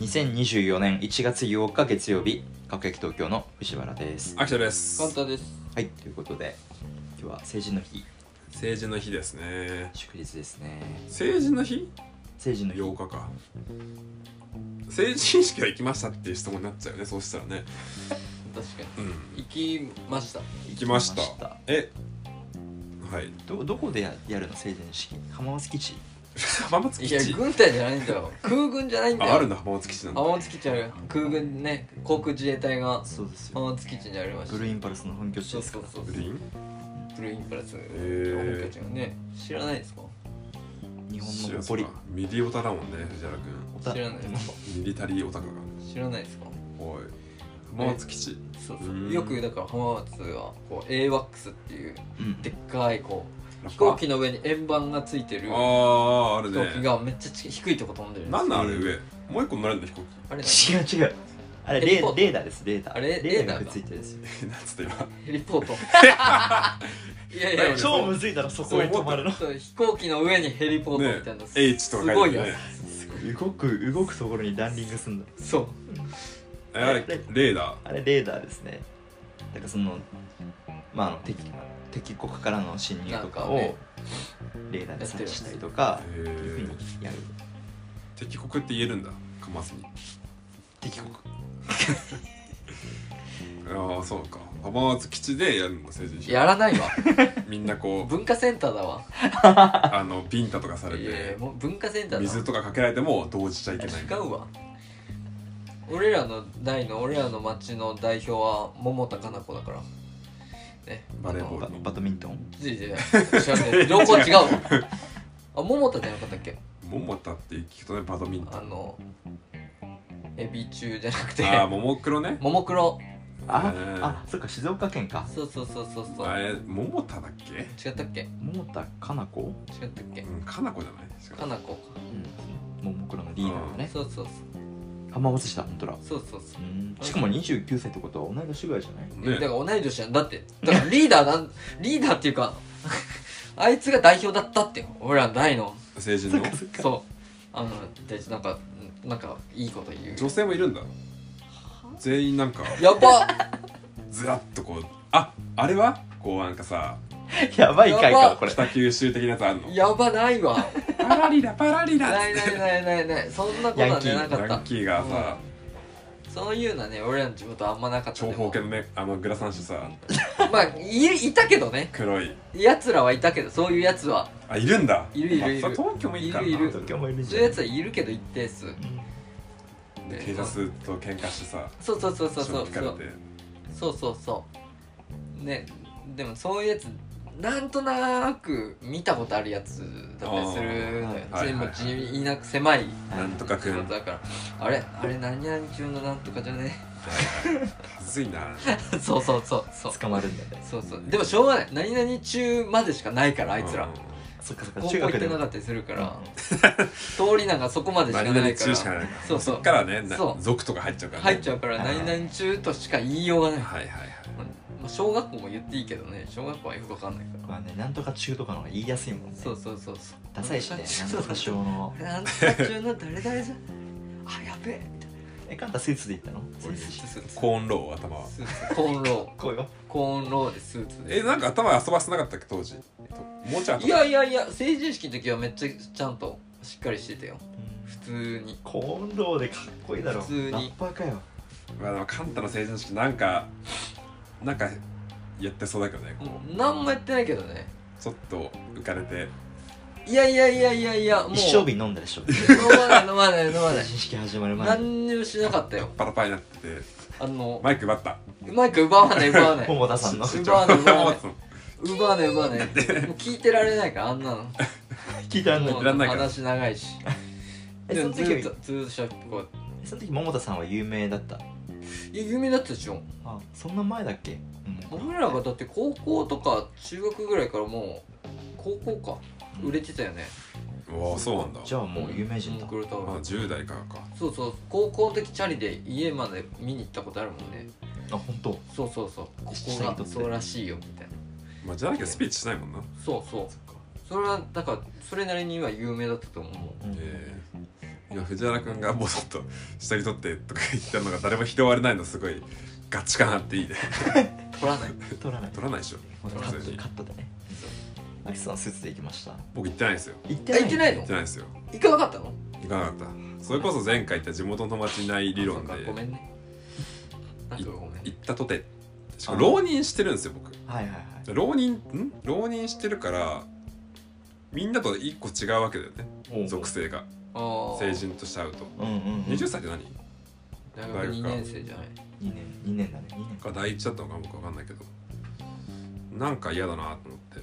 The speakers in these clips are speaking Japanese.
2024年1月8日月曜日、各駅東京の藤原です。 秋田です。 簡単です。 はい、ということで今日は成人の日。 成人の日ですね。 祝日ですね。 成人の日？ 成人の日 8日か。成人式は行きましたっていう質問になっちゃうよね。そうしたらね。 確かに、行きました。 行きました。はい。 どこでやるの成人式？浜松基地？ 浜松基地？ いや、軍隊じゃないんだよ。空軍じゃないんだよ。 あるんだ、浜松基地なんだ。 浜松基地ある。空軍ね、航空自衛隊がそうですよ。 浜松基地にありました。 ブルーインパルスの本拠地ですから。 そうブルーイン？ ブルーインパルスの本拠地がね、知らないですか？ 日本の誇り。 ミリオタだもんね、藤原君。 知らないですか？ ミリタリーオタクが。 知らないですか？ おい。浜松基地。 そうよくだから浜松はこう AWACS っていうでっかいこう飛行機の上に円盤がついてるあるね。 飛行機がめっちゃ低いとこ飛んでるんですよ。 なんなんあれ上？もう一個乗れるんだ飛行機。 あれ違う。あれレーダーです。レーダー。 あれレーダーがくっついてるんですよ。 なんつった今。 ヘリポート。いや超むずいだろそこに止まるの。 飛行機の上にヘリポートみたいな。 H とかすごいやつ。動くところにランディングすんだ。 そう。 あれレーダー。 あれレーダーですね。だからその敵国からの侵入とかをレーダーで察知したりとかいうふうにやる。 敵国って言えるんだ、かまずに。 敵国。 ああ、そうか。浜松基地でやるの、成人式。 やらないわ。 みんなこう文化センターだわ。 ビンタとかされいやてもう文化センターだわ。 水とかかけられても動じちゃいけない。 違うわ。俺らの町の代表は桃田かな子だからね。 バレーボールバドミントン。 情報は違うわ。あ、桃田じゃなかったっけ？ 桃田って聞くとね、バドミントン。 エビ中じゃなくて、 ももクロね。 ももクロ。 そっか、静岡県か。 そう。 あれ、桃田だっけ？ 違ったっけ？ 桃田かな子？ 違ったっけ？ かな子じゃない？ かな子か。 ももクロのリーダーね。 そう。 浜松市だ、ほんとだ。 そう。 しかも29歳ってことは同い年ぐらいじゃない？ だから同い年やん。だってリーダーっていうかあいつが代表だったってよ。俺らの代の成人の。 そうでなんかいいこと言う。 女性もいるんだ。全員なんかやばずらっとこう、あれはこうなんかさ、 やばい回かこれ。 北九州的なやつあるの？ やばないわ。 パラリラないそんなことはねなかった。 ヤンキーがさ、 そういうのはね、俺らの地元あんまなかったね。 長方形のね、グラサンしてさ、 まあいたけどね。 黒いやつらはいたけど、そういうやつはいるんだ。 いる。 東京もいるからな。 東京もいるじゃん。 そういうやつはいるけど一定数。 警察と喧嘩してさ、 そう聞かれて、 そうね。でもそういうやつなんとなく見たことあるやつだったりするのよ。全部田舎狭いなんとかくんだから、あれ何々中のなんとかじゃね。 はずいな。 そう捕まるんだよね。 そうでもしょうがない。何々中までしかないからあいつら。 そっか高校行ってなかったりするから、通りなんかそこまでしかないから。 何々中しかないから。そっからね、族とか入っちゃうから。 入っちゃうから何々中としか言いようがない。 はい。 小学校も言っていいけどね、小学校はよくわかんないから。 まあね、なんとか中とかの方が言いやすいもんね。 そうダサいしね、なんとか小の。 なんとか中の誰々じゃん。あ、やべえ。 カンタスーツで行ったの？ コーンロー、頭は。 コーンロー。 コーンローでスーツで。 なんか頭遊ばせなかったっけ当時？もうちょい。 いや、成人式の時はめっちゃちゃんとしっかりしてたよ。普通に。 コーンローでかっこいいだろ。 普通に。 ラッパーかよ。 まあでもカンタの成人式なんかやってそうだけどね。 何もやってないけどね。 ちょっと浮かれて。 いやもう一生日飲んだでしょ。 飲まない。 成人式始まる前何にもしなかったよ。 パラパラになってて、マイク奪った。 マイク奪わない桃田さんの奪わないもう聞いてられないから、あんなの聞いてられないから話長いし。 その時その時桃田さんは有名だった？ いや、有名だったでしょ。 そんな前だっけ？ 俺らがだって高校とか中学ぐらいからもう高校か売れてたよね。 わあ、そうなんだ。 じゃあもう有名人だ。 10代からか。 そう高校の時チャリで家まで見に行ったことあるもんね。 本当？ そうここがそうらしいよみたいな。 まあじゃなきゃスピーチしないもんな。 そうそれはだからそれなりには有名だったと思う。 今藤原くんがボソッと下着取ってとか言ってるのが誰も拾われないのすごいガチ感あっていいね。 取らない取らない取らないでしょ。 カットでね。アキさんスーツで行きました。 僕行ってないんですよ。 行って行ってないの行ってないですよ。 行かなかったの行かなかった。それこそ前回言った地元の友達いない理論でごめんねなんかごめん行ったとて、しかも浪人してるんですよ僕。 はいはいはい。 浪人してるからみんなと一個違うわけだよね、属性が。成人として会うと、20歳って何？ 大学2年生じゃない 2年だね。2年か第一だったのか僕分かんないけど、なんか嫌だなと思って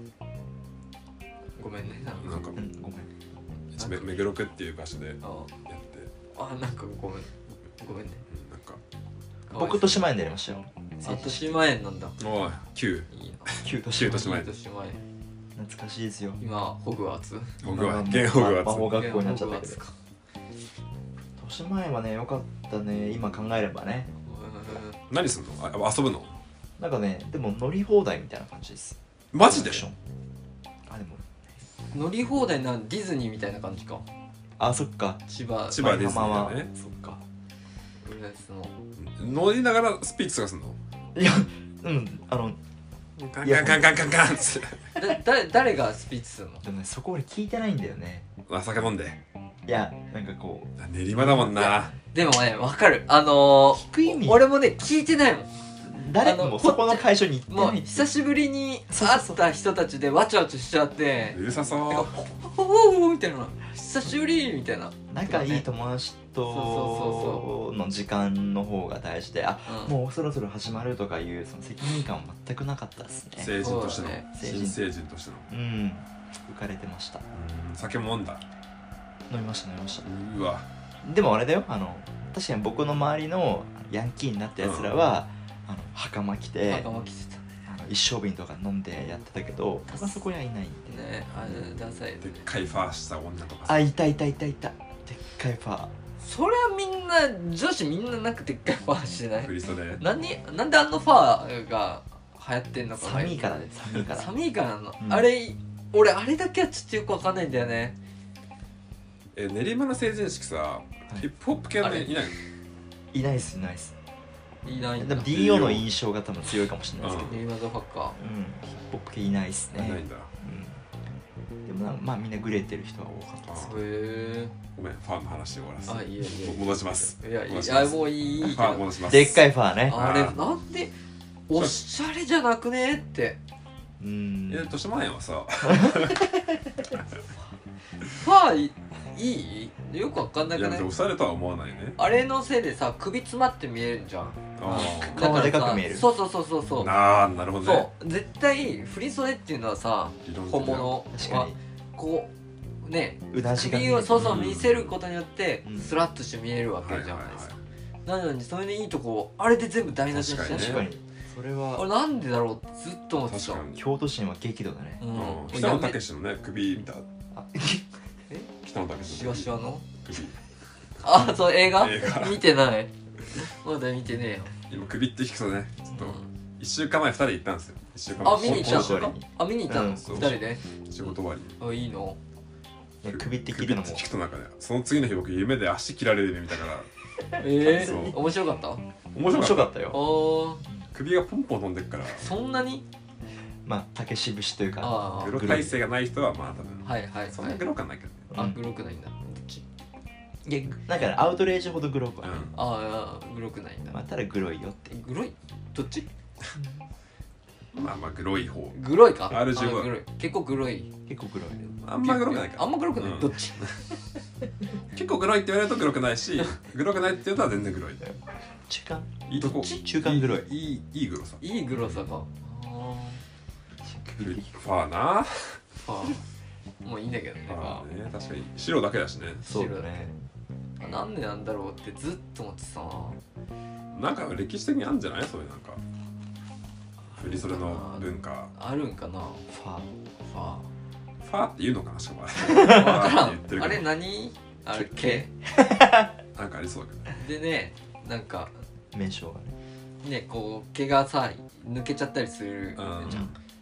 ごめんねなんか、 ごめん。 目黒区っていう場所でやってなんかごめんねなんか僕豊島園でやりましたよ。 豊島園なんだ。 おい9 いいな。 旧豊島園豊島園懐かしいですよ。 今ホグワーツ僕は現ホグワ魔法ー学校になっちゃったけど。 ホグワーツか豊島園はね良かったね。今考えればね。 ツ何すんの？遊ぶの？ なんかねでも乗り放題みたいな感じです。 マジで？ あでも乗り放題なディズニーみたいな感じか。 あそっか。 千葉千葉ディズニーだね。 そっか。 浦安の乗りながらスピーチとかすんの？ いやカンカンカンカンカンカンっつって誰がスピーチするの？ でもねそこ俺聞いてないんだよね。 酒飲んでいやなんかこう練馬だもんな。 でもねわかる聞く意味俺もね聞いてないもん。 誰もそこの会場に行ってもうない。 久しぶりに会った人たちでわちゃわちゃしちゃってうるさそう。 ほみたいな久しぶりみたいな仲いい友達との時間の方が大事で、もうそろそろ始まるとかいうその責任感は全くなかったですね。 成人としての、新成人としての浮かれてました。 酒も飲んだ？ 飲みました。 うわ。 でもあれだよ、確かに僕の周りのヤンキーになったやつらは、袴着て袴着てた一升瓶とか飲んでやってたけど、僕はそこにはいないんでね。あれダサいでっかいファーした女とかさ。 あ、いたでっかいファー。 それはみんな女子みんななんかでっかいファーしてない？ 振り袖。 なんであのファーが流行ってんのか。 寒いからです。 寒いからなの、あれ俺あれだけはちょっとよくわかんないんだよね。 練馬の成人式さ、ヒップホップ系のいないの？ いないっす。 いないんだ。 でも DO の印象が多分強いかもしれないですけど、 練馬ドファッカーヒップホップ系いないっすね。 いないんだ。 でもまあみんなグレてる人が多かったです。 へえ。 ごめん、ファンの話で終わらす。 いや戻します。 いやもういいファン戻します。 でっかいファーね。 あれなんでおしゃれじゃなくねって。 豊島園はさファーいい？よくわかんなくない？ おしゃれとは思わないね。 あれのせいでさ首詰まって見えるじゃん。 顔がでかく見える。 そうなるほどね。 そう絶対振り袖っていうのはさ本物はこうね首を見せることによってスラッとして見えるわけじゃないですか。なのにそれでいいとこあれで全部台無しにして確かにそれはあれなんでだろうってずっと思ってた。 京都市は激怒だね。 北野武のね首見た。北野武シワシワの首。 そう映画見てない。まだ見てねえよ。 今首って聞くとねちょっと1週間前2人で行ったんですよ。1週間前見に行ったの？見に行ったの2人で仕事終わりに。 いいの？ 首って聞いたのも聞くとなんかね、その次の日僕夢で足切られる夢見たから面白かった？ 面白かったよ。 首がポンポン飛んでくから。 そんなに？ まあ竹し節というかグロ耐性がない人はまあ多分そんなグロ感ないけどね。 グロくないんだ。どっち？ いやなんかアウトレイジほどグロくはない。 グロくないんだ。 まあただグロいよって。 グロい？どっち？ まあグロい方。 グロいか？ R15 結構グロい。 あんまグロくないか。 あんまグロくない。どっち？ 結構グロいって言われるとグロくないし、グロくないって言うとは全然グロい。 中間？ いいとこ。 中間グロい。 いいグロさ。 いいグロさか。 ファーな。 ファー。もういいんだけどね。 確かに白だけだしね。 そうだね。 なんでなんだろうってずっと思ってたな。なんか歴史的にあるんじゃない？そういうなんか振り袖の文化あるんかな。 ファーって言うのかな。しかもあれ何？あれ毛なんかありそうだけど。でねなんか名称がねこう毛がさ抜けちゃったりするじゃん。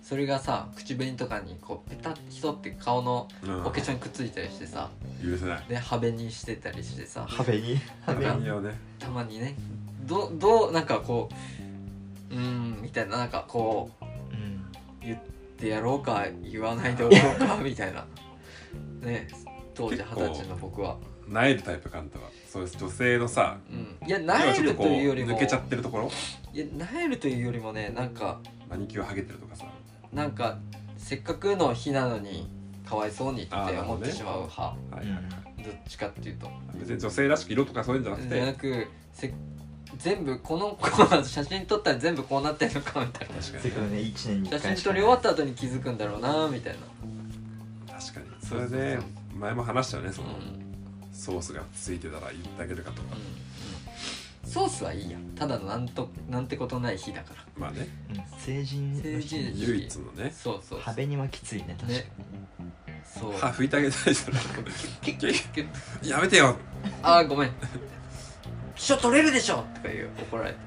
それがさ口紅とかにこうペタッひって顔のお化粧にくっついたりしてさ、 許せないでハベにしてたりしてさ、 ハベにハベによね、 たまにねどうなんかこうみたいな、なんかこう、言ってやろうか言わないでおこうかみたいなね、当時20歳の僕はなえるタイプかんたはそうです。女性のさ、 いやなえるというよりも抜けちゃってるところ、 いやなえるというよりもね、なんかマニキュア剥げてるとかさ、 なんかせっかくの日なのにかわいそうにって思ってしまう派、どっちかっていうと、 別に女性らしく色とかそういうんじゃなくて、 じゃなく全部この写真撮ったら全部こうなってんのかみたいな、 確かにね、1年に1回写真撮り終わった後に気づくんだろうなみたいな。 確かにそれで前も話したよね、その、ソースがついてたら言ってあげるかとか、 ソースはいいや、ただのなんてことない日だから。 まあね、 成人唯一のね、 そうハベにはきついね、確かにそう歯拭いてあげたいじゃないやめてよ、 あーごめん気象取れるでしょとか言う、怒られて。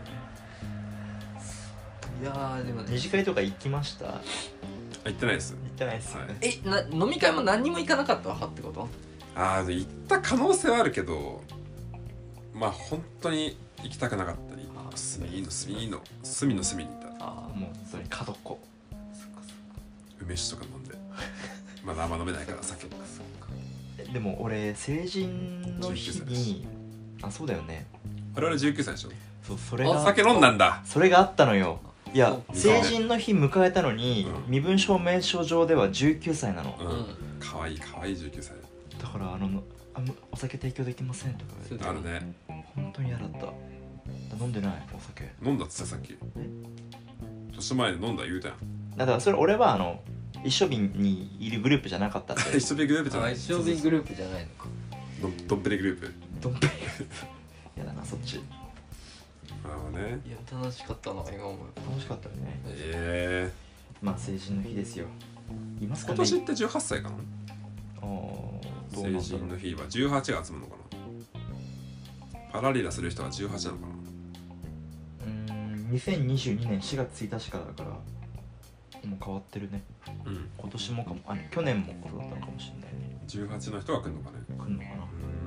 いやーでもね、 二次会とか行きました？ 行ってないです。 行ってないっす、 飲み会も何にも行かなかったってこと？ ああ、行った可能性はあるけど、まあ本当に行きたくなかったり、隅の隅にいた。 ああ、もうそれ角っこ梅酒とか飲んでまだあんま飲めないから酒。 でも俺成人の日にそうだよね、 我々19歳でしょ。 そう、それが酒飲んだんだ。 それがあったのよ。いや、成人の日迎えたのに、身分証明書上では19歳なの。 かわいい19歳だからお酒提供できませんとか言われて、 あるね。 本当に嫌だった。飲んでないお酒。 飲んだってさ、さっき年前で飲んだ言うたやん。 だからそれ俺は一緒瓶にいるグループじゃなかったって。 一緒瓶グループじゃない。 一緒瓶グループじゃないのか。 ドンペリグループ。 ドンペリやだな、そっち。 ね、 いや楽しかったな、今思う。 楽しかったよね。まあ成人の日ですよ。いますかね。 今年って18歳かな。成人の日は18が集まるのかな。パラリラする人は18なのかな。 2022年4月1日からだからもう変わってるね。今年もかも、去年もそうだったのかもしれないね。 18の人が来るのかね。 来るのかな。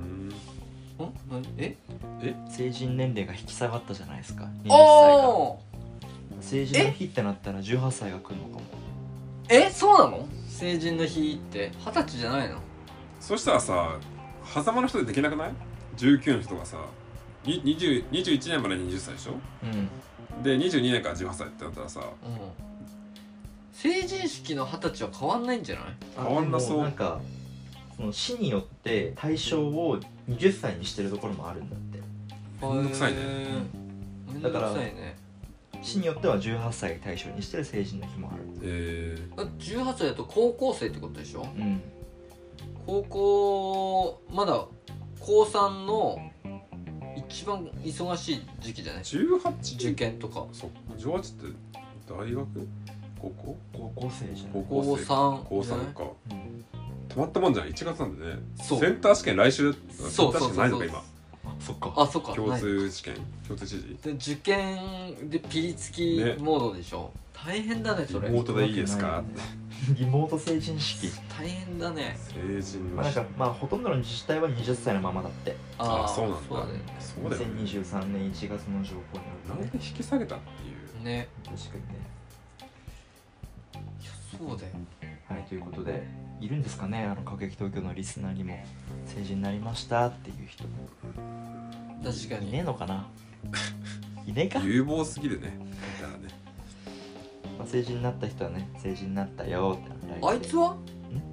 成人年齢が引き下がったじゃないですか、20歳から成人の日ってなったら18歳が来るのかも。 そうなの？成人の日って20歳じゃないの？ そしたらさ、狭間の人でできなくない？ 19 の人がさ、21年まで20歳でしょ。で22年から18歳ってなったらさ、 成人式の20歳は変わんないんじゃない？ 変わんなそう。 なんかその市によって対象を20歳にしてるところもあるんだって。 めんどくさいね。 だから市によっては18歳対象にしてる成人の日もある。 18歳だと高校生ってことでしょ。高校まだ高3の一番忙しい時期じゃない？ 18？ 受験とか。 そっか、18って大学？高校生じゃない？ 高3 か。止まったもんじゃん。1月なんでね。センター試験来週。センター試験ないのか今。 そっか。 そっか。 共通試験、共通知事で受験でピリつきモードでしょ。大変だねそれ。 リモートでいいですか？ リモート成人式大変だね。 成人のなんかほとんどの自治体は20歳のままだって。 そうなんだ。 そうだよね。2023年1月の条項によってなんで引き下げたっていうね。 確かにね。 いやそうだよ。 はい、ということでいるんですかね、歌劇東京のリスナーにも成人になりましたっていう人。 確かにいねえのかな。いねえか。 有望すぎるね。だからね。 成人になった人はね、成人になったよって。 あいつは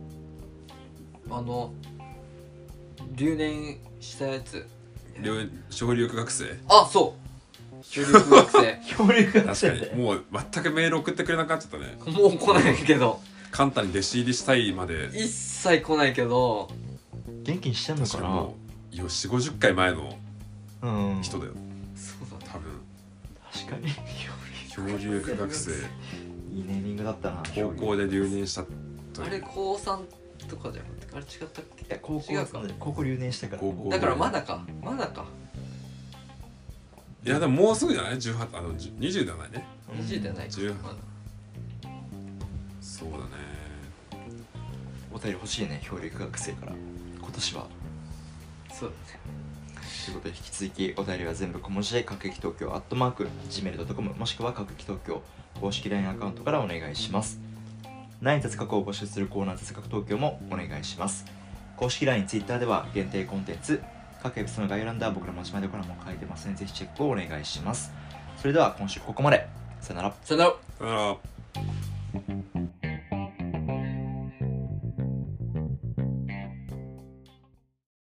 留年したやつ。 小留学生。 そう小留学生。 小留学生。 確かにもう全くメール送ってくれなくなっちゃったね。 もう来ないけど。 カンタに弟子入りしたいまで一切来ないけど。 元気にしてんのかな。 もう40、50回前の人だよ。 そうだ多分。 確かに。 小留学生。 いいネーミングだったな。 高校で留年したあれ高3とかじゃなくて、あれ違ったっけ？ いや高校留年したから。 だからまだか。 いやでももうすぐじゃない？18、20ではないね。 20ではない。 18。 そうだね。 お便り欲しいね、教育学生から今年は。 そうだね。 ということで引き続きお便りは全部小文字で各駅東京@gmail.com もしくは各駅東京公式 LINE アカウントからお願いします。何雑学を募集するコーナー雑学東京もお願いします。公式 LINE、Twitter では限定コンテンツ、各エピソードの概要欄では僕ら文字前でコラムを書いてますのでぜひチェックをお願いします。それでは今週ここまで。さよなら。 さよなら。 さよなら。